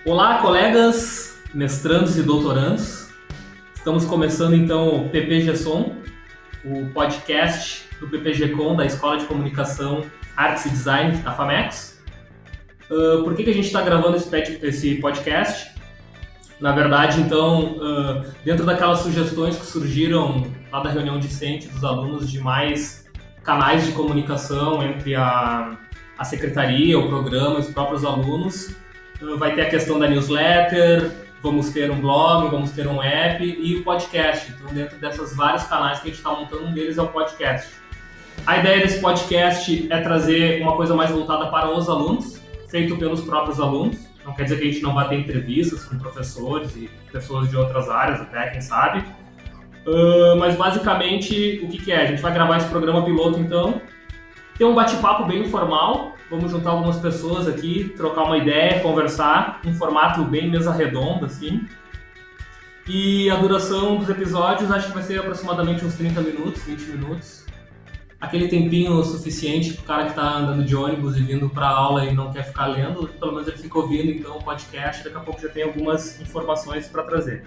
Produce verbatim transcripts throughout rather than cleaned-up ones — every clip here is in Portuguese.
Olá, colegas, mestrandos e doutorandos. Estamos começando então o P P G Som, o podcast do P P G Com, da Escola de Comunicação, Artes e Design da FAMECOS. Uh, por que, que a gente está gravando esse, esse podcast? Na verdade, então, uh, dentro daquelas sugestões que surgiram lá da reunião discente dos alunos de mais canais de comunicação entre a, a secretaria, o programa e os próprios alunos, uh, vai ter a questão da newsletter, vamos ter um blog, vamos ter um app e o podcast. Então, dentro desses vários canais que a gente está montando, um deles é o podcast. A ideia desse podcast é trazer uma coisa mais voltada para os alunos, feito pelos próprios alunos. Não quer dizer que a gente não vai ter entrevistas com professores e pessoas de outras áreas, até, quem sabe. Uh, mas, basicamente, o que, que é? A gente vai gravar esse programa piloto, então, ter um bate-papo bem informal. Vamos juntar algumas pessoas aqui, trocar uma ideia, conversar, um formato bem mesa redonda, assim. E a duração dos episódios, acho que vai ser aproximadamente uns trinta minutos, vinte minutos. Aquele tempinho suficiente para o cara que está andando de ônibus e vindo para a aula e não quer ficar lendo, pelo menos ele fica ouvindo então o podcast, daqui a pouco já tem algumas informações para trazer.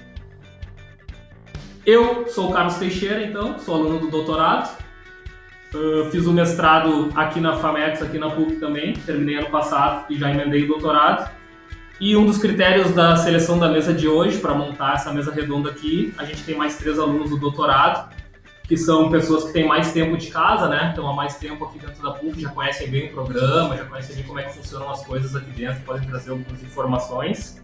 Eu sou o Carlos Teixeira, então, sou aluno do doutorado, uh, fiz o mestrado aqui na FAMECOS, aqui na P U C também, terminei ano passado e já emendei o doutorado. E um dos critérios da seleção da mesa de hoje, para montar essa mesa redonda aqui, a gente tem mais três alunos do doutorado, que são pessoas que têm mais tempo de casa, né? Estão há mais tempo aqui dentro da P U C, já conhecem bem o programa, já conhecem bem como é que funcionam as coisas aqui dentro, podem trazer algumas informações.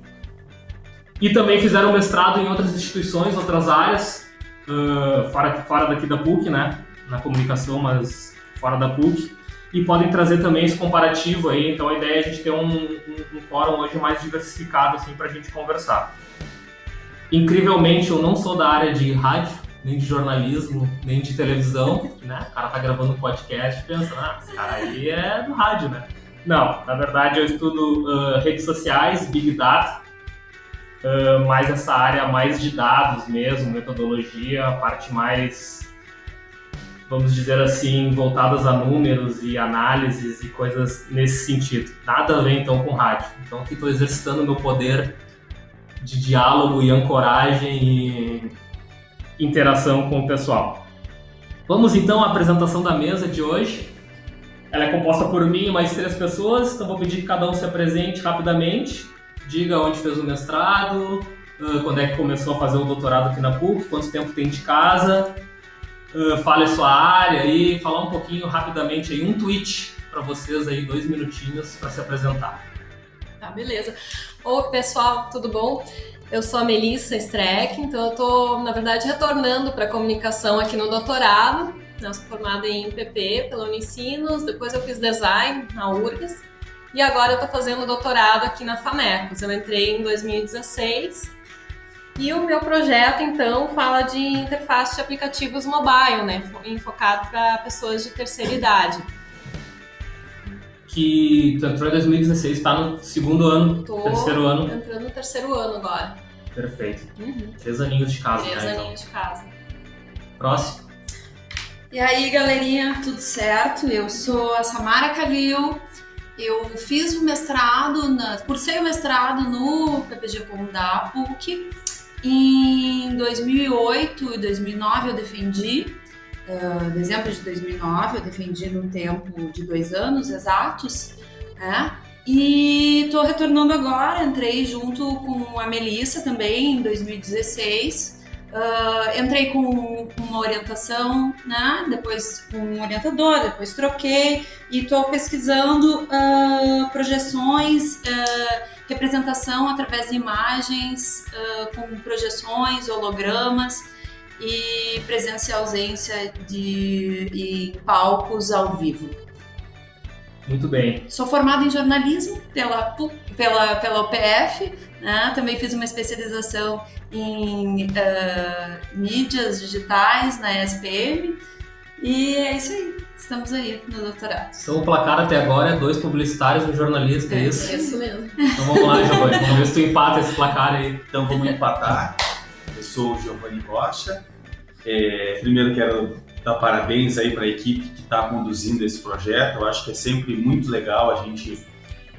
E também fizeram mestrado em outras instituições, outras áreas, uh, fora, fora daqui da P U C, né? Na comunicação, mas fora da P U C. E podem trazer também esse comparativo aí, então a ideia é a gente ter um, um, um fórum hoje mais diversificado, assim, para a gente conversar. Incrivelmente, eu não sou da área de rádio, nem de jornalismo, nem de televisão, né? O cara tá gravando um podcast e pensa, ah, esse cara aí é do rádio, né? Não, na verdade eu estudo uh, redes sociais, Big Data, uh, mais essa área mais de dados mesmo, metodologia, a parte mais, vamos dizer assim, voltadas a números e análises e coisas nesse sentido. Nada a ver então com rádio. Então aqui estou exercitando o meu poder de diálogo e ancoragem e interação com o pessoal. Vamos então à apresentação da mesa de hoje. Ela é composta por mim e mais três pessoas, então vou pedir que cada um se apresente rapidamente, diga onde fez o mestrado, quando é que começou a fazer o doutorado aqui na P U C, quanto tempo tem de casa, fale a sua área e falar um pouquinho rapidamente aí, um tweet para vocês aí, dois minutinhos para se apresentar. Tá, beleza. Oi pessoal, tudo bom? Eu sou a Melissa Streck, então eu estou, na verdade, retornando para a comunicação aqui no doutorado. Eu sou formada em P P pela Unicinos, depois eu fiz design na U R G S e agora eu estou fazendo doutorado aqui na FAMECOS. Eu entrei em dois mil e dezesseis e o meu projeto, então, fala de interface de aplicativos mobile, né, enfocado para pessoas de terceira idade. Que tu entrou em dois mil e dezesseis, está no segundo ano, Tô terceiro ano. entrando no terceiro ano agora. Perfeito. Uhum. Três aninhos de casa, Três né, aninhos então. de casa. Próximo. E aí, galerinha, tudo certo? Eu sou a Samara Calil. Eu fiz o mestrado, na, cursei o mestrado no P P G Com da P U C. Em dois mil e oito e dois mil e nove eu defendi. Uh, dezembro de dois mil e nove, eu defendi num tempo de dois anos exatos, né? E tô retornando agora, entrei junto com a Melissa também em dois mil e dezesseis, uh, entrei com uma orientação, né? Depois com um orientador, depois troquei e tô pesquisando uh, projeções, uh, representação através de imagens, uh, com projeções, hologramas, e presença e ausência de em palcos ao vivo. Muito bem. Sou formada em jornalismo pela, pela, pela U P F, né? Também fiz uma especialização em uh, mídias digitais na E S P M e é isso aí, estamos aí no doutorado. Então o placar até agora é dois publicitários e um jornalista, é, é isso? É isso mesmo. Então vamos lá, Giovanni, vamos ver se tu empata esse placar aí. Então vamos empatar. Eu sou o Giovanni Rocha. É, primeiro quero dar parabéns aí para a equipe que está conduzindo esse projeto. Eu acho que é sempre muito legal a gente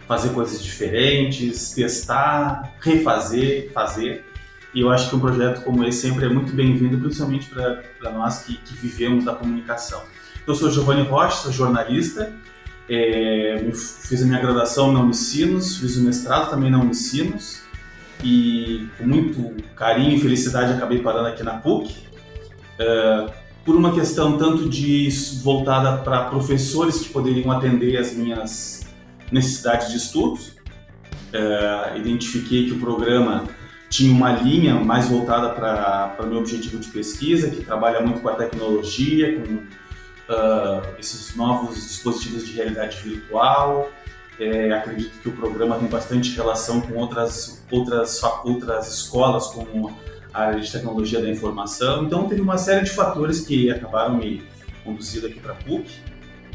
fazer coisas diferentes, testar, refazer, fazer. E eu acho que um projeto como esse sempre é muito bem-vindo, principalmente para nós que, que vivemos da comunicação. Eu sou Giovanni Rocha, sou jornalista, é, fiz a minha graduação na Unicinos, fiz o mestrado também na Unicinos e com muito carinho e felicidade acabei parando aqui na P U C, é, por uma questão tanto de voltada para professores que poderiam atender as minhas necessidades de estudos. É, identifiquei que o programa tinha uma linha mais voltada para o meu objetivo de pesquisa, que trabalha muito com a tecnologia, com uh, esses novos dispositivos de realidade virtual. É, acredito que o programa tem bastante relação com outras, outras, outras escolas, como a área de tecnologia da informação. Então, teve uma série de fatores que acabaram me conduzindo aqui para a P U C.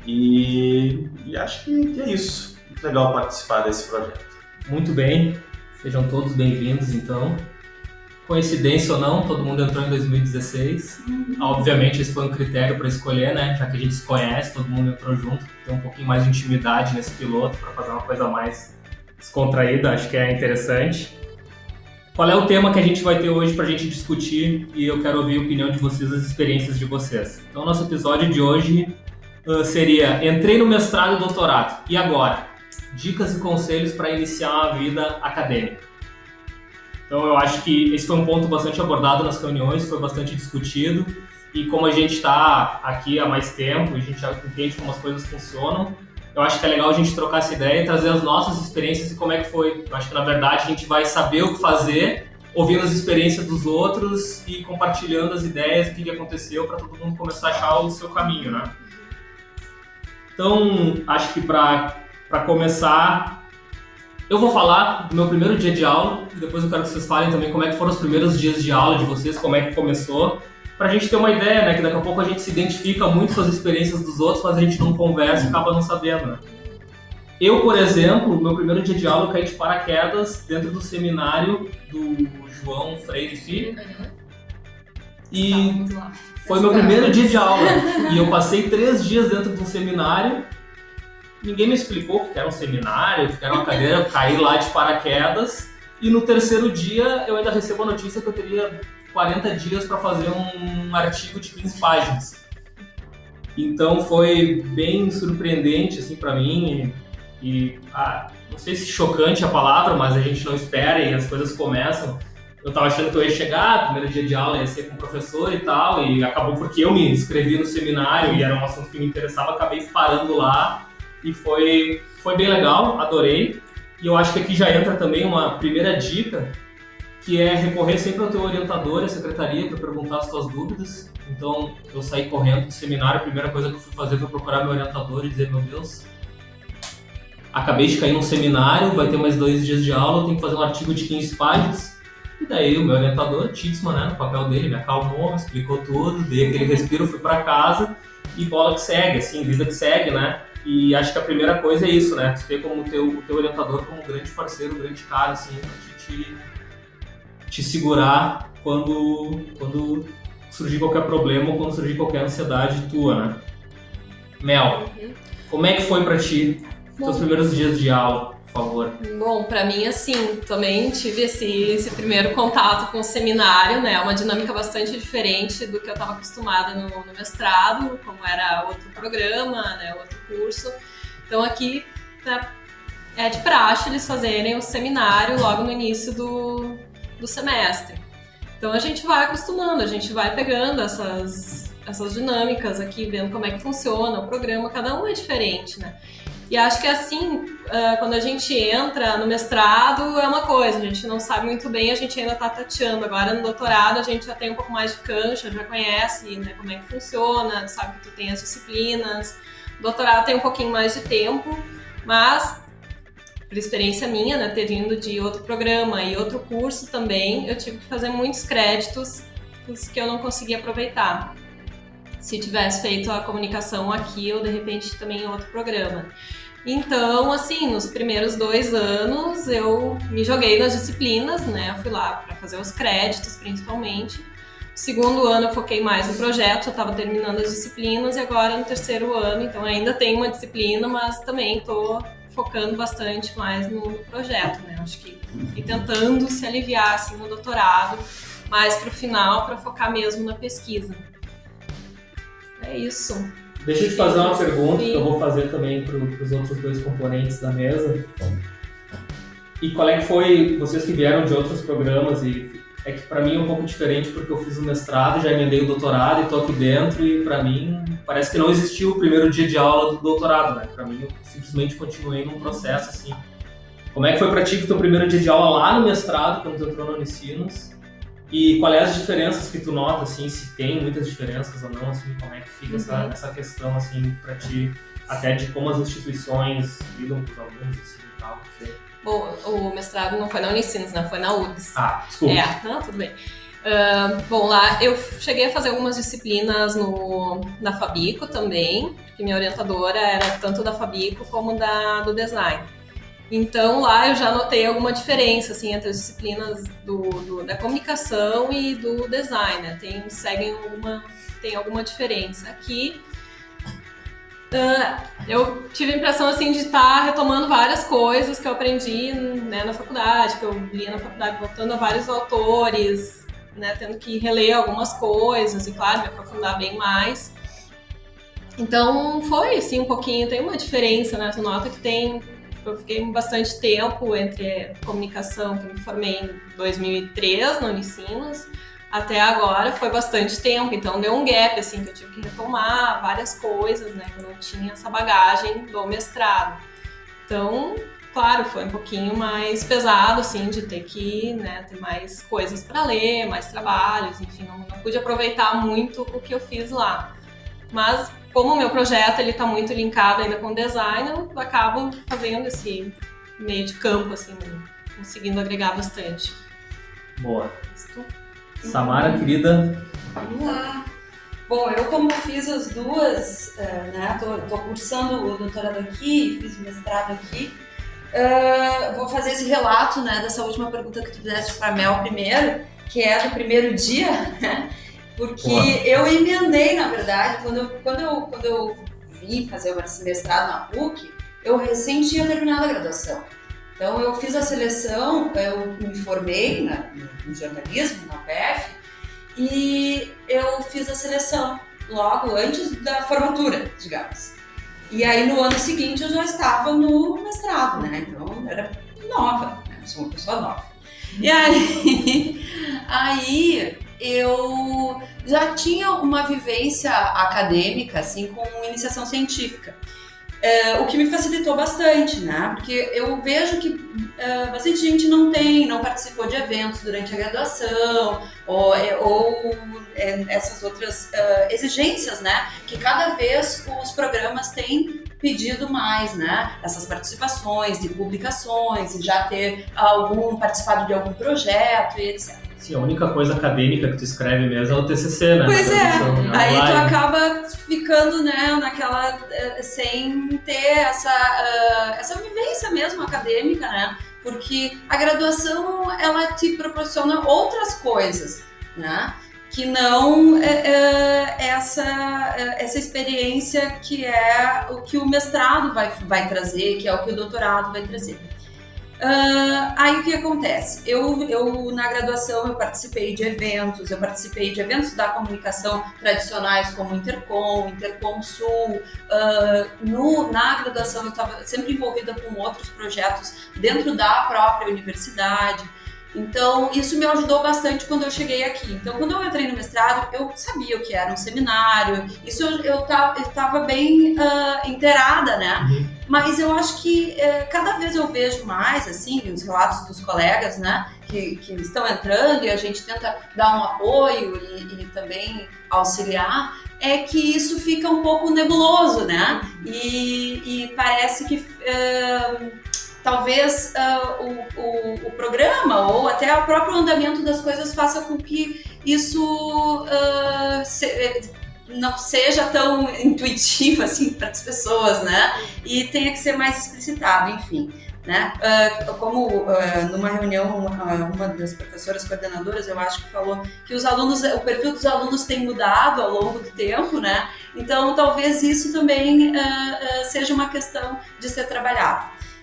E, e acho que, que é isso. Muito legal participar desse projeto. Muito bem. Sejam todos bem-vindos, então. Coincidência ou não, todo mundo entrou em dois mil e dezesseis. Uhum. Obviamente, esse foi um critério para escolher, né? Já que a gente se conhece, todo mundo entrou junto. Tem um pouquinho mais de intimidade nesse piloto para fazer uma coisa mais descontraída, acho que é interessante. Qual é o tema que a gente vai ter hoje para a gente discutir? E eu quero ouvir a opinião de vocês, as experiências de vocês. Então, nosso episódio de hoje uh, seria: entrei no mestrado e doutorado, e agora? Dicas e conselhos para iniciar a vida acadêmica. Então eu acho que esse foi um ponto bastante abordado nas reuniões, foi bastante discutido, e como a gente está aqui há mais tempo, a gente já entende como as coisas funcionam, eu acho que é legal a gente trocar essa ideia e trazer as nossas experiências e como é que foi. Eu acho que na verdade a gente vai saber o que fazer, ouvindo as experiências dos outros e compartilhando as ideias, o que aconteceu, para todo mundo começar a achar o seu caminho, né? Então acho que para Para começar, eu vou falar do meu primeiro dia de aula, e depois eu quero que vocês falem também como é que foram os primeiros dias de aula de vocês, como é que começou, pra gente ter uma ideia, né, que daqui a pouco a gente se identifica muito com as experiências dos outros, mas a gente não conversa e acaba não sabendo, né. Eu, por exemplo, meu primeiro dia de aula eu caí de paraquedas dentro do seminário do João Freire Filho, e foi meu primeiro dia de aula, e eu passei três dias dentro de um seminário. Ninguém me explicou o que era um seminário, o que era uma cadeira, eu caí lá de paraquedas, e no terceiro dia eu ainda recebo a notícia que eu teria quarenta dias para fazer um artigo de quinze páginas. Então foi bem surpreendente assim, para mim, e, e ah, não sei se chocante a palavra, mas a gente não espera e as coisas começam. Eu estava achando que eu ia chegar, primeiro dia de aula ia ser com o professor e tal, e acabou porque eu me inscrevi no seminário e era um assunto que me interessava, acabei parando lá. E foi, foi bem legal, adorei. E eu acho que aqui já entra também uma primeira dica, que é recorrer sempre ao teu orientador e à secretaria para perguntar as tuas dúvidas. Então, eu saí correndo do seminário, a primeira coisa que eu fui fazer foi procurar meu orientador e dizer: meu Deus, acabei de cair num seminário, vai ter mais dois dias de aula, eu tenho que fazer um artigo de quinze páginas. E daí o meu orientador, Titzman, né, no papel dele, me acalmou, me explicou tudo, dei aquele respiro, fui para casa e bola que segue, assim, vida que segue, né? E acho que a primeira coisa é isso, né? Tu ter como teu, o teu orientador como um grande parceiro, um grande cara, assim, pra te, te, te segurar quando, quando surgir qualquer problema ou quando surgir qualquer ansiedade tua, né? Mel, uhum. Como é que foi pra ti os teus primeiros dias de aula, por favor? Bom, pra mim, assim, também tive esse, esse primeiro contato com o seminário, né? Uma dinâmica bastante diferente do que eu estava acostumada no, no mestrado, como era outro programa, né? Outro curso. Então aqui tá, é de praxe eles fazerem o seminário logo no início do, do semestre. Então a gente vai acostumando, a gente vai pegando essas, essas dinâmicas aqui, vendo como é que funciona o programa, cada um é diferente, né? E acho que assim, quando a gente entra no mestrado é uma coisa, a gente não sabe muito bem, a gente ainda está tateando. Agora no doutorado a gente já tem um pouco mais de cancha, já conhece, né, como é que funciona, sabe que tu tem as disciplinas. O doutorado tem um pouquinho mais de tempo, mas por experiência minha, né, ter vindo de outro programa e outro curso também, eu tive que fazer muitos créditos que eu não consegui aproveitar. Se tivesse feito a comunicação aqui ou de repente também em outro programa. Então, assim, nos primeiros dois anos eu me joguei nas disciplinas, né? Eu fui lá para fazer os créditos principalmente. No segundo ano eu foquei mais no projeto, eu estava terminando as disciplinas, e agora no terceiro ano, então ainda tenho uma disciplina, mas também estou focando bastante mais no projeto, né? Acho que e tentando se aliviar assim no doutorado, mais para o final, para focar mesmo na pesquisa. É isso. Deixa eu te fazer uma pergunta que eu vou fazer também para os outros dois componentes da mesa. E qual é que foi, vocês que vieram de outros programas, e é que para mim é um pouco diferente porque eu fiz o mestrado, já emendei o doutorado e estou aqui dentro e para mim parece que não existiu o primeiro dia de aula do doutorado, né? Para mim eu simplesmente continuei num processo assim. Como é que foi para ti o teu primeiro dia de aula lá no mestrado, quando tu entrou na Unicinos? E quais as diferenças que tu nota, assim, se tem muitas diferenças ou não, assim, como é que fica uhum. essa, essa questão, assim, para ti, até de como as instituições lidam com os alunos, assim, e tal? Assim. Bom, o mestrado não foi na Unicinos, né? Foi na U D S. Ah, desculpa. É, não, tudo bem. Uh, bom, lá eu cheguei a fazer algumas disciplinas no, na Fabico também, porque minha orientadora era tanto da Fabico como da, do design. Então lá eu já notei alguma diferença assim, entre as disciplinas do, do, da comunicação e do design, né? Tem, seguem alguma, tem alguma diferença. Aqui uh, eu tive a impressão assim, de estar retomando várias coisas que eu aprendi, né, na faculdade, que eu lia na faculdade, voltando a vários autores, né, tendo que reler algumas coisas e, claro, me aprofundar bem mais. Então foi assim um pouquinho, tem uma diferença, né? Tu nota que tem... Eu fiquei bastante tempo entre comunicação, que eu me formei em dois mil e três na Unicinos, até agora foi bastante tempo, então deu um gap, assim, que eu tive que retomar várias coisas, né, que eu não tinha essa bagagem do mestrado. Então, claro, foi um pouquinho mais pesado, assim, de ter que, né, ter mais coisas para ler, mais trabalhos, enfim, não, não pude aproveitar muito o que eu fiz lá. Mas, como o meu projeto ele está muito linkado ainda com design, eu acabo fazendo esse meio de campo, assim, conseguindo agregar bastante. Boa. Samara, querida. Vamos lá. Bom, eu como fiz as duas, né, tô, tô cursando o doutorado aqui, fiz o mestrado aqui, uh, vou fazer esse relato, né, dessa última pergunta que tu fizeste para a Mel primeiro, que é do primeiro dia, né? Porque Boa. eu emendei, na verdade, quando eu, quando, eu, quando eu vim fazer o mestrado na P U C, eu recém tinha terminado a graduação. Então, eu fiz a seleção, eu me formei na, no jornalismo, na P F, e eu fiz a seleção logo antes da formatura, digamos. E aí, no ano seguinte, eu já estava no mestrado, né? Então, eu era nova, né? Eu sou uma pessoa nova. E aí... aí eu já tinha uma vivência acadêmica, assim, com iniciação científica, é, o que me facilitou bastante, né? Porque eu vejo que é, bastante gente não tem, não participou de eventos durante a graduação, ou, ou é, essas outras é, exigências, né? Que cada vez os programas têm pedido mais, né? Essas participações de publicações, e já ter algum, participado de algum projeto e etcétera. Sim, a única coisa acadêmica que tu escreve mesmo é o T C C, né? Pois é, aí tu acaba ficando, né, naquela, sem ter essa, uh, essa vivência mesmo acadêmica, né? Porque a graduação, ela te proporciona outras coisas, né? Que não é, é, essa, é, essa experiência que é o que o mestrado vai, vai trazer, que é o que o doutorado vai trazer. Uh, aí o que acontece? Eu, eu, na graduação, eu participei de eventos, eu participei de eventos da comunicação tradicionais como Intercom, Intercom Sul. Uh, no, na graduação eu estava sempre envolvida com outros projetos dentro da própria universidade. Então, isso me ajudou bastante quando eu cheguei aqui. Então, quando eu entrei no mestrado, eu sabia o que era um seminário, isso eu, eu, tava, eu tava bem uh, inteirada, né? Uhum. Mas eu acho que uh, cada vez eu vejo mais, assim, os relatos dos colegas, né, que, que estão entrando e a gente tenta dar um apoio e, e também auxiliar, é que isso fica um pouco nebuloso, né? E, e parece que... Uh, talvez uh, o, o, o programa ou até o próprio andamento das coisas faça com que isso uh, se, não seja tão intuitivo assim para as pessoas, né? E tenha que ser mais explicitado, enfim. Né? Uh, como uh, numa reunião uma, uma das professoras coordenadoras, eu acho que falou que os alunos, o perfil dos alunos tem mudado ao longo do tempo, né? Então talvez isso também uh, uh, seja uma questão de ser trabalhado.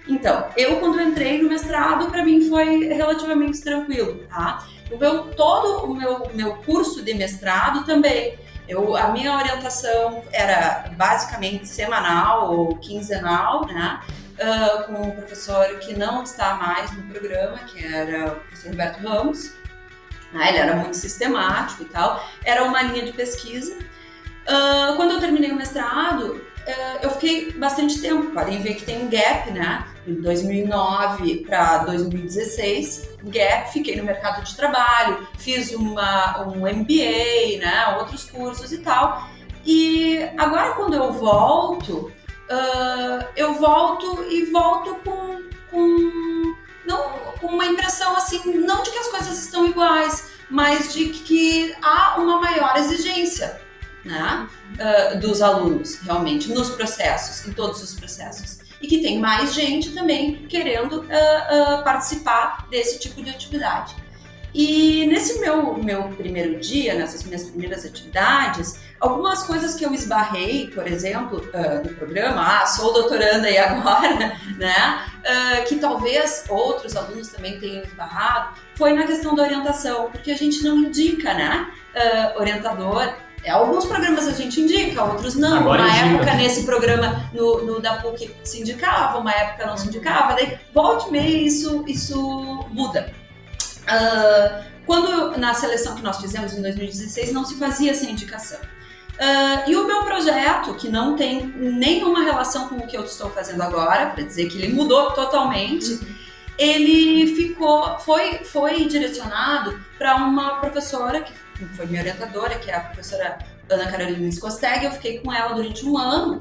Então, eu quando entrei no mestrado, para mim foi relativamente tranquilo, tá? O meu, todo o meu, meu curso de mestrado também, eu, a minha orientação era basicamente semanal ou quinzenal, né? Uh, com um professor que não está mais no programa, que era o professor Roberto Ramos. Ah, ele era muito sistemático e tal, era uma linha de pesquisa. Uh, quando eu terminei o mestrado, uh, eu fiquei bastante tempo, podem ver que tem um gap, né? De dois mil e nove para dois mil e dezesseis, gap, fiquei no mercado de trabalho, fiz uma, um M B A, né? Outros cursos e tal. E agora quando eu volto, uh, eu volto e volto com... com Não, com uma impressão assim, não de que as coisas estão iguais, mas de que há uma maior exigência, né, uh, dos alunos, realmente, nos processos, em todos os processos. E que tem mais gente também querendo uh, uh, participar desse tipo de atividade. E nesse meu, meu primeiro dia, nessas minhas primeiras atividades, algumas coisas que eu esbarrei, por exemplo, uh, no programa, ah, sou doutoranda aí agora, né, uh, que talvez outros alunos também tenham esbarrado, foi na questão da orientação, porque a gente não indica, né, uh, orientador. É, alguns programas a gente indica, outros não. Agora uma indica. época, nesse programa no, no da P U C se indicava, uma época não se indicava, daí volte e meia isso, isso muda. Uh, quando na seleção que nós fizemos em dois mil e dezesseis não se fazia essa indicação. Uh, e o meu projeto, que não tem nenhuma relação com o que eu estou fazendo agora, para dizer que ele mudou totalmente, uhum. ele ficou, foi, foi direcionado para uma professora, que foi minha orientadora, que é a professora Ana Carolina Scosteg. Eu fiquei com ela durante um ano.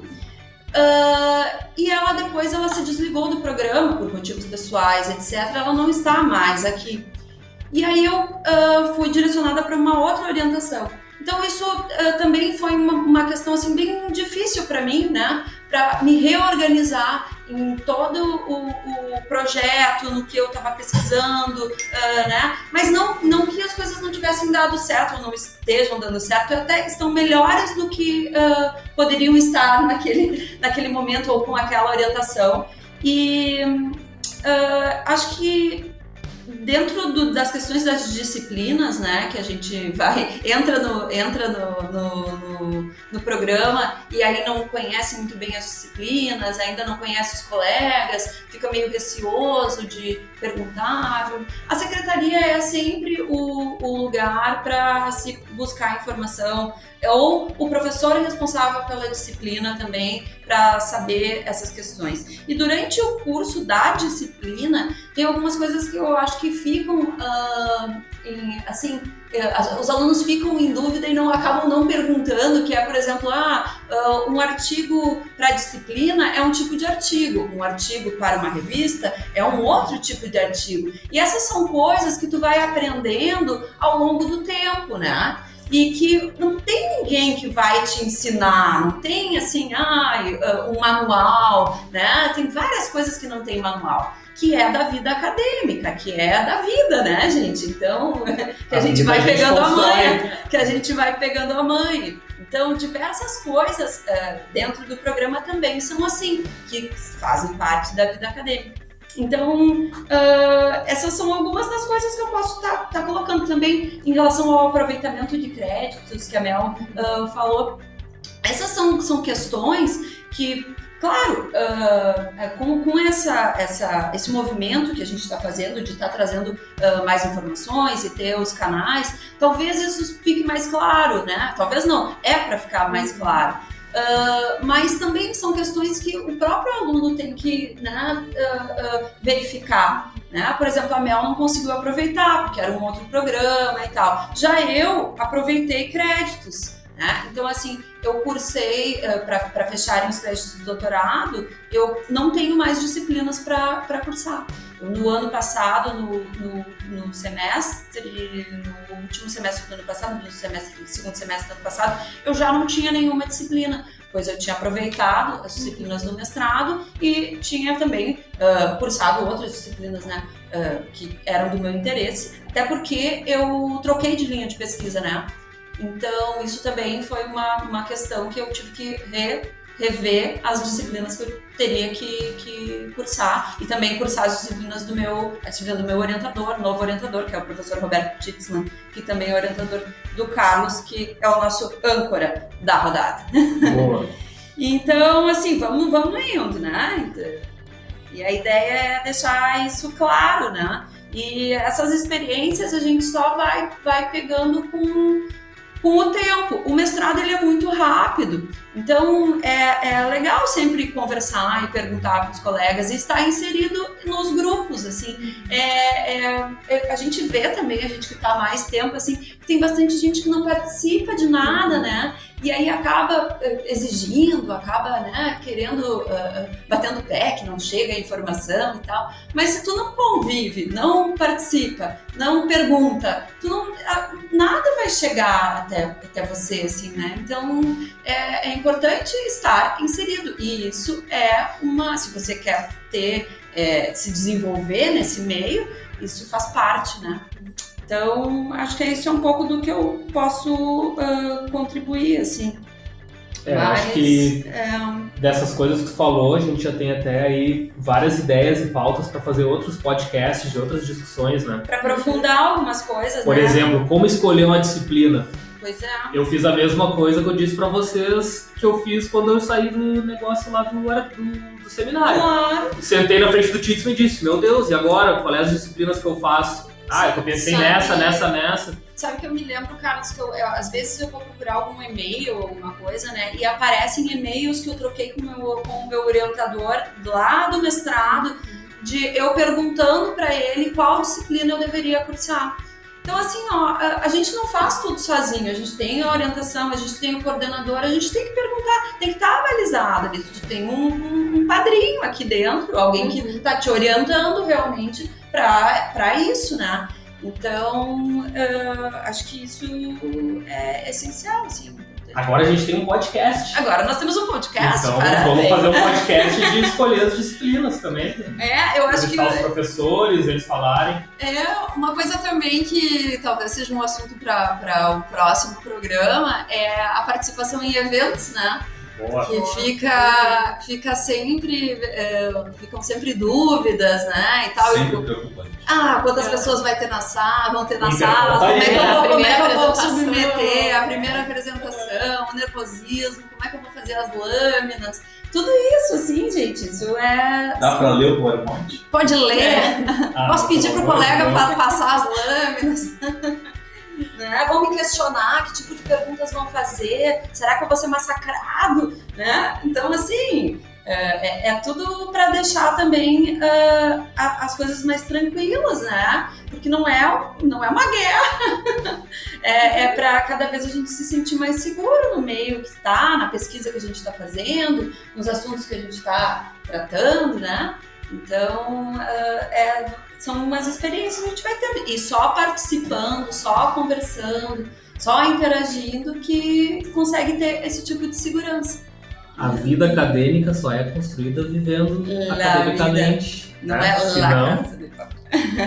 Uh, e ela depois ela se desligou do programa por motivos pessoais, etcétera. Ela não está mais aqui. E aí eu uh, fui direcionada para uma outra orientação. Então isso uh, também foi uma, uma questão assim, bem difícil para mim, né? Para me reorganizar em todo o, o projeto, no que eu estava pesquisando, uh, né? Mas não, não que as coisas não tivessem dado certo ou não estejam dando certo, até estão melhores do que uh, poderiam estar naquele, naquele momento ou com aquela orientação. E uh, acho que dentro do, das questões das disciplinas, né, que a gente vai, entra no, entra no, no, no, no programa e aí não conhece muito bem as disciplinas, ainda não conhece os colegas, fica meio receoso de perguntar. A secretaria é sempre o, o lugar para se buscar informação, ou o professor é responsável pela disciplina também para saber essas questões. E durante o curso da disciplina, tem algumas coisas que eu acho que ficam, uh, em, assim, uh, os alunos ficam em dúvida e não acabam não perguntando, que é, por exemplo, ah, uh, um artigo para disciplina é um tipo de artigo, um artigo para uma revista é um outro tipo de artigo. E essas são coisas que tu vai aprendendo ao longo do tempo, né? E que não tem ninguém que vai te ensinar, não tem assim, ah, um manual, né? Tem várias coisas que não tem manual, que é da vida acadêmica, que é da vida, né, gente? Então, que a, a gente vai a pegando gente a manha, que a gente vai pegando a manha. Então, diversas coisas uh, dentro do programa também são assim, que fazem parte da vida acadêmica. Então, uh, essas são algumas das coisas que eu posso estar tá, tá colocando também em relação ao aproveitamento de créditos que a Mel uh, falou. Essas são, são questões que, claro, uh, com, com essa, essa, esse movimento que a gente está fazendo de estar tá trazendo uh, mais informações e ter os canais, talvez isso fique mais claro, né? Talvez não, é para ficar mais claro. Uh, mas também são questões que o próprio aluno tem que, né, uh, uh, verificar, né? Por exemplo, a Mel não conseguiu aproveitar porque era um outro programa e tal. Já eu aproveitei créditos, né? Então, assim, eu cursei uh, para fecharem os créditos do doutorado, eu não tenho mais disciplinas para cursar. No ano passado, no, no, no semestre, no último semestre do ano passado, no semestre, no segundo semestre do ano passado, eu já não tinha nenhuma disciplina, pois eu tinha aproveitado as disciplinas do mestrado e tinha também uh, cursado outras disciplinas, né, uh, que eram do meu interesse, até porque eu troquei de linha de pesquisa, né? Então, isso também foi uma, uma questão que eu tive que re, rever as disciplinas que eu teria que, que cursar e também cursar as disciplinas do meu, a disciplina do meu orientador, novo orientador, que é o professor Roberto Titzman, que também é orientador do Carlos, que é o nosso âncora da rodada. Boa. Então, assim, vamos, vamos indo, né? E a ideia é deixar isso claro, né? E essas experiências a gente só vai, vai pegando com, com o tempo. O mestrado, ele é muito rápido. Então, é, é legal sempre conversar e perguntar para os colegas e estar inserido nos grupos, assim. É, é, é, a gente vê também, a gente que está há mais tempo, assim, que tem bastante gente que não participa de nada, né? E aí acaba exigindo, acaba, né, querendo, uh, batendo pé, que não chega a informação e tal. Mas se tu não convive, não participa, não pergunta, tu não, nada vai chegar até, até você, assim, né? Então, é, é importante estar inserido. E isso é uma... Se você quer ter, é, se desenvolver nesse meio, isso faz parte, né? Então, acho que isso é um pouco do que eu posso uh, contribuir, assim. É, Mas, acho que é... dessas coisas que tu falou, a gente já tem até aí várias ideias e pautas para fazer outros podcasts de outras discussões, né? Para aprofundar algumas coisas, Por né? exemplo, como escolher uma disciplina. Pois é. Eu fiz a mesma coisa que eu disse para vocês que eu fiz quando eu saí do negócio lá do, do, do seminário. Claro. Sentei na frente do Tits e disse, meu Deus, e agora? Quais as disciplinas que eu faço? Ah, eu pensei Sabe, nessa, nessa, nessa. Sabe que eu me lembro, Carlos, que eu, eu, às vezes eu vou procurar algum e-mail ou alguma coisa, né? E aparecem e-mails que eu troquei com o meu, com o meu orientador lá do mestrado, de eu perguntando para ele qual disciplina eu deveria cursar. Então, assim, ó, a, a gente não faz tudo sozinho, a gente tem a orientação, a gente tem o coordenador, a gente tem que perguntar, tem que estar avalizado ali, tu tem um, um, um padrinho aqui dentro, alguém que está te orientando realmente para isso, né? Então, uh, acho que isso é essencial, assim. Agora a gente tem um podcast. Agora nós temos um podcast, então, parabéns. vamos fazer um podcast de escolher as disciplinas também. É, eu acho que... os professores, eles falarem. É, uma coisa também que talvez seja um assunto para o próximo programa é a participação em eventos, né? Boa. Que fica, fica sempre, é, ficam sempre dúvidas, né, e tal. Sempre e, preocupante. ah, quantas é. pessoas vai ter na sala, vão ter na Então, sala, como é que eu a vou, como é primeira que eu vou apresentação. submeter a primeira apresentação, o nervosismo, como é que eu vou fazer as lâminas, tudo isso, assim, gente, isso é... Dá pra ler o PowerPoint? Pode ler, Ah, posso pedir pro favor, colega não. pa- passar as lâminas. Né? Vão me questionar que tipo de perguntas vão fazer, será que eu vou ser massacrado? Né? Então, assim, é, é tudo para deixar também uh, a, as coisas mais tranquilas, né? Porque não é, não é uma guerra, é, é para cada vez a gente se sentir mais seguro no meio que está, na pesquisa que a gente está fazendo, nos assuntos que a gente está tratando, né? Então, uh, é, são umas experiências que a gente vai ter. E só participando, só conversando, só interagindo que consegue ter esse tipo de segurança. A vida acadêmica só é construída vivendo La academicamente. Não né? é Se lá não, casa de papo.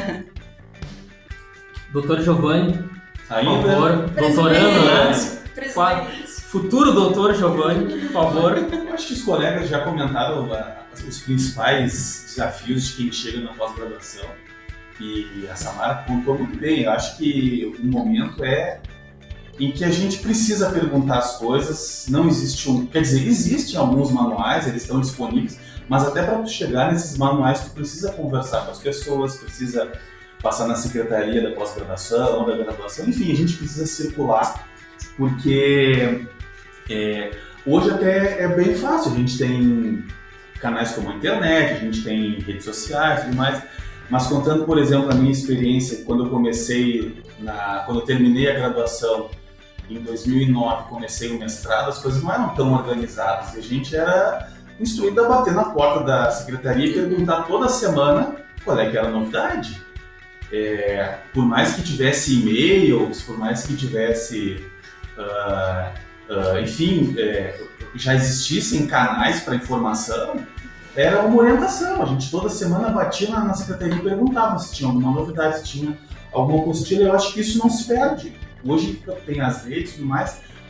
doutor Giovanni, por Ainda? favor, doutorando, né? Presidente. Futuro doutor Giovanni, por favor. Eu acho que os colegas já comentaram uh, os principais desafios de quem chega na pós-graduação. E a Samara contou muito bem. Eu acho que o momento é em que a gente precisa perguntar as coisas. Não existe um... Quer dizer, existem alguns manuais, eles estão disponíveis, mas até para tu chegar nesses manuais, tu precisa conversar com as pessoas, precisa passar na secretaria da pós-graduação, da graduação, enfim, a gente precisa circular, porque é, hoje até é bem fácil. A gente tem canais como a internet, a gente tem redes sociais e tudo mais. Mas contando, por exemplo, a minha experiência, quando eu comecei, na, quando eu terminei a graduação em dois mil e nove, comecei o mestrado, as coisas não eram tão organizadas. E a gente era instruído a bater na porta da secretaria e perguntar toda semana qual é que era a novidade. É, por mais que tivesse e-mails, por mais que tivesse, uh, uh, enfim, é, já existissem canais para informação, era uma orientação. A gente toda semana batia na, na secretaria e perguntava se tinha alguma novidade, se tinha alguma apostila. Eu acho que isso não se perde. Hoje tem as redes e tudo mais,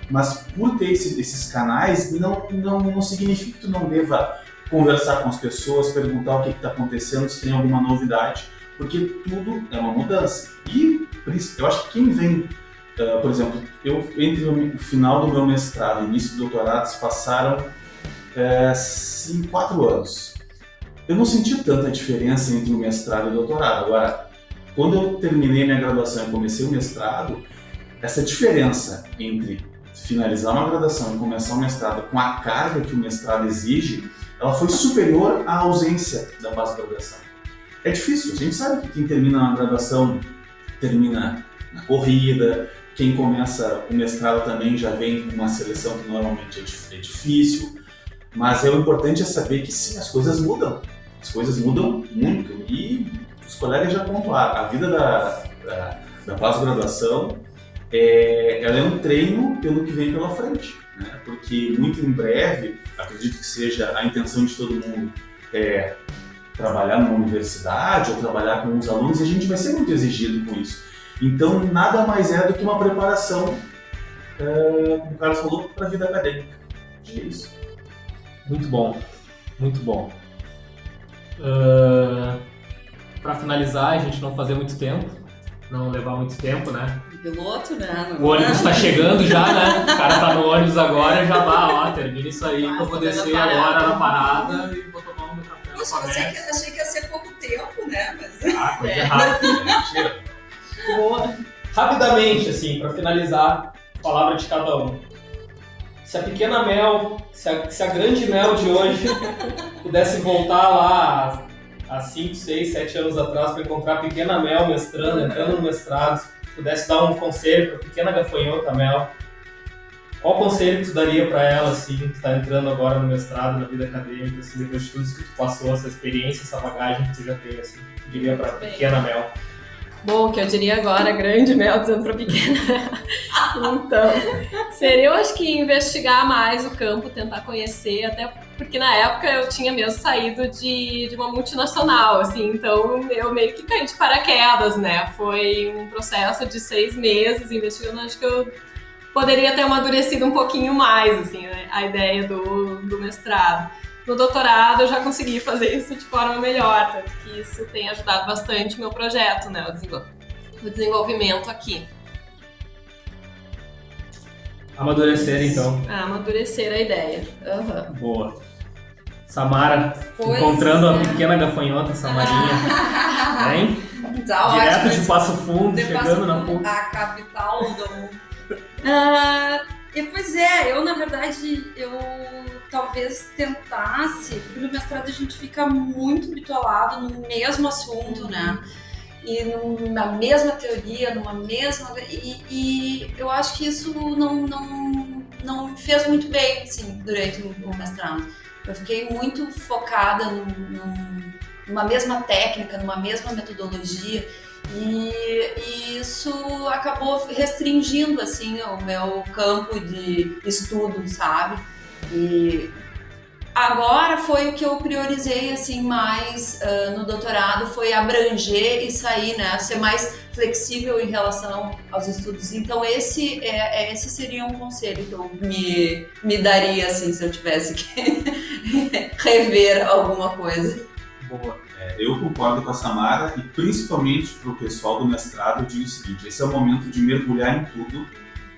mas por ter esse, esses canais, não, não, não significa que tu não deva conversar com as pessoas, perguntar o que está acontecendo, se tem alguma novidade, porque tudo é uma mudança. E eu acho que quem vem, uh, por exemplo, eu entre o final do meu mestrado e início do doutorado, se passaram uh, cinco, quatro anos. Eu não senti tanta diferença entre o mestrado e o doutorado. Agora, quando eu terminei minha graduação e comecei o mestrado, essa diferença entre finalizar uma graduação e começar um mestrado com a carga que o mestrado exige, ela foi superior à ausência da pós-graduação. É difícil, a gente sabe que quem termina uma graduação termina na corrida, quem começa o mestrado também já vem com uma seleção que normalmente é difícil, mas é o importante é saber que sim, as coisas mudam, as coisas mudam muito e os colegas já pontuaram, a vida da, da, da pós-graduação é, ela é um treino pelo que vem pela frente. Né? Porque muito em breve, acredito que seja a intenção de todo mundo é trabalhar numa universidade ou trabalhar com os alunos, e a gente vai ser muito exigido com isso. Então, nada mais é do que uma preparação, é, como o Carlos falou, para a vida acadêmica. É isso. Muito bom, muito bom. Uh, para finalizar, a gente não fazer muito tempo, não levar muito tempo, né? Piloto, né? Não o ônibus tá chegando já, né? O cara tá no ônibus agora, já vai, ó, termina isso aí, que eu vou descer agora na parada e vou tomar um meu café. Poxa, eu achei que, achei que ia ser pouco tempo, né? Mas... Ah, coisa é. rápida, mentira. Boa. Rapidamente, assim, pra finalizar, palavra de cada um. Se a pequena Mel, se a, se a grande Mel de hoje pudesse voltar lá há cinco, seis, sete anos atrás para encontrar a pequena Mel mestrando, entrando no mestrado, pudesse dar um conselho para a pequena gafanhota Mel, qual conselho que tu daria para ela, assim, que está entrando agora no mestrado, na vida acadêmica, assim, depois de tudo isso que tu passou, essa experiência, essa bagagem que tu já tem, assim, tu diria para a pequena Mel? Bom, que eu diria agora, grande Mel dizendo para pequena. Então, seria, eu acho que investigar mais o campo, tentar conhecer, até porque na época eu tinha mesmo saído de, de uma multinacional, assim, então eu meio que caí de paraquedas, né? Foi um processo de seis meses investigando, acho que eu poderia ter amadurecido um pouquinho mais, assim, né? A ideia do, do mestrado. No doutorado eu já consegui fazer isso de forma melhor, tanto que isso tem ajudado bastante o meu projeto, né, o desenvolvimento aqui. Amadurecer, então. Ah, amadurecer a ideia. Uhum. Boa. Samara, pois encontrando é. a pequena gafanhota, Samarinha. Hein? Tá direto ótimo, de Passo Fundo, de chegando Passo na Fundo, ponta. a capital do... ah, e pois é, eu na verdade, eu talvez tentasse, porque no mestrado a gente fica muito bitolado no mesmo assunto, né? E num, na mesma teoria, numa mesma... E, e eu acho que isso não, não, não me fez muito bem, assim, durante o, o mestrado. Eu fiquei muito focada num, num, numa mesma técnica, numa mesma metodologia, e, e isso acabou restringindo, assim, o meu campo de estudo, sabe? E agora foi o que eu priorizei, assim, mais uh, no doutorado, foi abranger e sair, né, ser mais flexível em relação aos estudos. Então esse, é, esse seria um conselho que eu me, me daria, assim, se eu tivesse que rever alguma coisa. Boa. É, eu concordo com a Samara e principalmente para o pessoal do mestrado eu digo o seguinte, esse é o momento de mergulhar em tudo.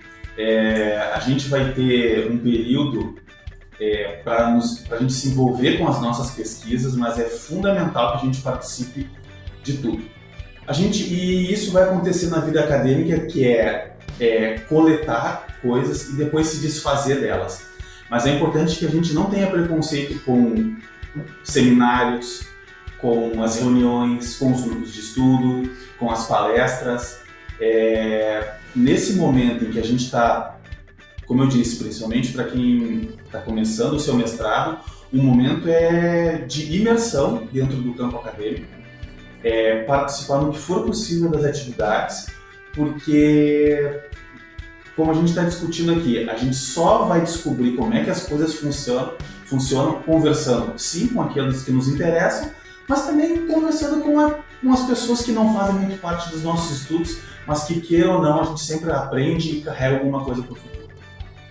É, a gente vai ter um período É, para a gente se envolver com as nossas pesquisas, mas é fundamental que a gente participe de tudo. A gente, e isso vai acontecer na vida acadêmica, que é, é coletar coisas e depois se desfazer delas. Mas é importante que a gente não tenha preconceito com seminários, com as reuniões, com os grupos de estudo, com as palestras. É, nesse momento em que a gente está, como eu disse, principalmente para quem está começando o seu mestrado, o momento é de imersão dentro do campo acadêmico, é participar no que for possível das atividades, porque, como a gente está discutindo aqui, a gente só vai descobrir como é que as coisas funcionam, funcionam conversando, sim, com aqueles que nos interessam, mas também conversando com, a, com as pessoas que não fazem muito parte dos nossos estudos, mas que, queiram ou não, a gente sempre aprende e carrega alguma coisa para o futuro.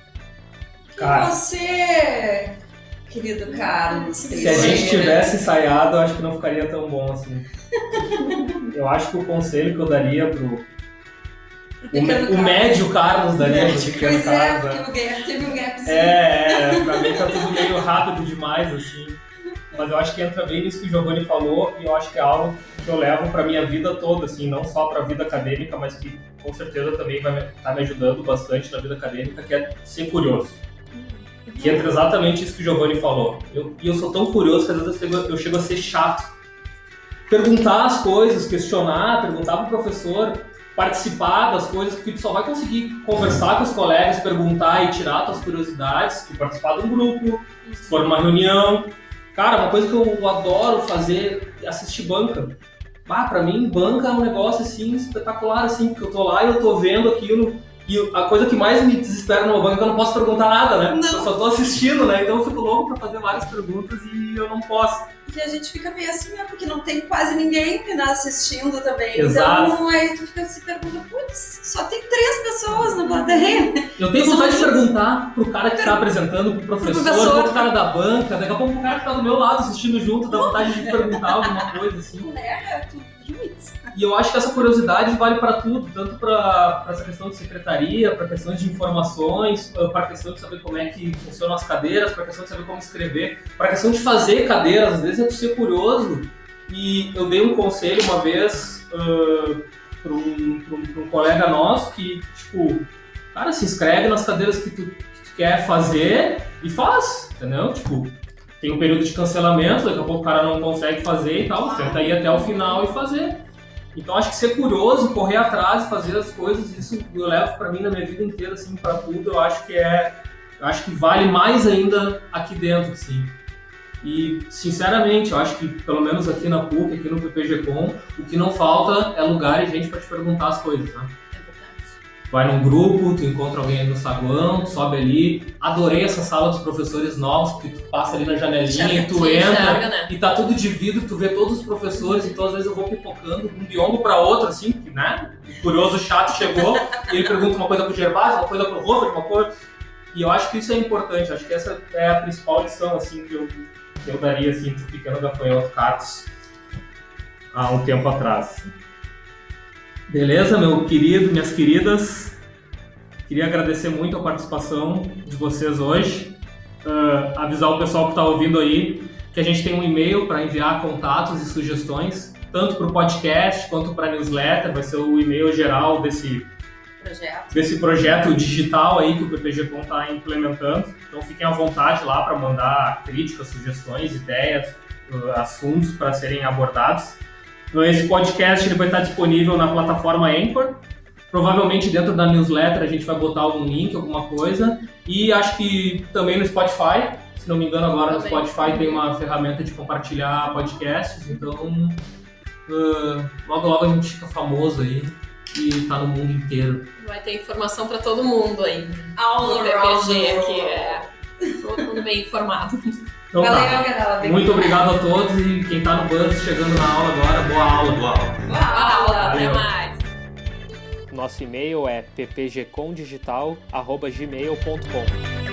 Cara, e você, querido Carlos? se a gente tivesse ensaiado, eu acho que não ficaria tão bom assim. Eu acho que o conselho que eu daria pro o, me, o médio Carlos daria pro pequeno pois Carlos. É, porque o gap teve um gapzinho. É, é, pra mim tá tudo meio rápido demais, assim. Mas eu acho que entra bem nisso que o Giovanni falou, e eu acho que é algo que eu levo pra minha vida toda, assim, não só pra vida acadêmica, mas que com certeza também vai estar tá me ajudando bastante na vida acadêmica, que é ser curioso. Que entra exatamente isso que o Giovanni falou. Eu, e eu sou tão curioso que às vezes eu chego, eu chego a ser chato. Perguntar as coisas, questionar, perguntar pro professor, participar das coisas, porque tu só vai conseguir conversar com os colegas, perguntar e tirar tuas curiosidades, se participar de um grupo, se for numa reunião. Cara, uma coisa que eu adoro fazer é assistir banca. Ah, pra mim, banca é um negócio assim espetacular, assim, porque eu tô lá e eu tô vendo aquilo. E a coisa que mais me desespera numa banca é que eu não posso perguntar nada, né? Não. Eu só tô assistindo, né? Então eu fico louco pra fazer várias perguntas e eu não posso. E a gente fica meio assim, né? Porque não tem quase ninguém que tá assistindo também. Exato. Então aí tu fica se pergunta, putz, só tem três pessoas na plateia. Eu tenho vontade de perguntar pro cara que tá apresentando, pro professor, Pro professor. pro cara da banca, daqui a pouco pro cara que tá do meu lado assistindo junto, dá vontade de perguntar alguma coisa, assim. Colega, tu viu isso? E eu acho que essa curiosidade vale para tudo, tanto para essa questão de secretaria, para questões de informações, para a questão de saber como é que funcionam as cadeiras, para a questão de saber como escrever, para a questão de fazer cadeiras. Às vezes é tu ser curioso. E eu dei um conselho uma vez uh, para um, um, um colega nosso que, tipo, cara, se inscreve nas cadeiras que tu, que tu quer fazer e faz, entendeu? Tipo, tem um período de cancelamento, daqui a pouco o cara não consegue fazer e tal, tenta ir até o final e fazer. Então acho que ser curioso, correr atrás e fazer as coisas, isso eu levo pra mim na minha vida inteira, assim, pra tudo, eu acho que é, eu acho que vale mais ainda aqui dentro, assim. E, sinceramente, eu acho que, pelo menos aqui na P U C, aqui no P P G Com, o que não falta é lugar e gente pra te perguntar as coisas, né? Vai num grupo, tu encontra alguém ali no saguão, tu sobe ali. Adorei essa sala dos professores novos, porque tu passa ali na janelinha e tu entra enxerga, né? e tá tudo de vidro, tu vê todos os professores, então às vezes eu vou pipocando de um biombo pra outro, assim, que, né? O curioso chato chegou e ele pergunta uma coisa pro Gervásio, uma coisa pro Robert, uma coisa... E eu acho que isso é importante, acho que essa é a principal lição, assim, que eu, que eu daria, assim, pro pequeno gafanhoto Carlos há um tempo atrás. Assim. Beleza, meu querido, minhas queridas? Queria agradecer muito a participação de vocês hoje. Uh, avisar o pessoal que está ouvindo aí que a gente tem um e-mail para enviar contatos e sugestões, tanto para o podcast quanto para a newsletter. Vai ser o e-mail geral desse Projeto. desse projeto digital aí que o P P G Com está implementando. Então fiquem à vontade lá para mandar críticas, sugestões, ideias, uh, assuntos para serem abordados. Então, esse podcast ele vai estar disponível na plataforma Anchor. Provavelmente dentro da newsletter a gente vai botar algum link, alguma coisa. E acho que também no Spotify. Se não me engano, agora no Spotify tem uma ferramenta de compartilhar podcasts. Então, uh, logo logo a gente fica famoso aí e tá no mundo inteiro. Vai ter informação para todo mundo aí. All No around P P G the aqui, world. é. Todo mundo bem informado. Então Galera, tá. galera, bem Muito obrigado a todos e quem tá no bus chegando na aula agora, boa aula. Boa aula. Boa aula. Até Valeu. mais. Nosso e-mail é p p g com digital arroba gmail ponto com.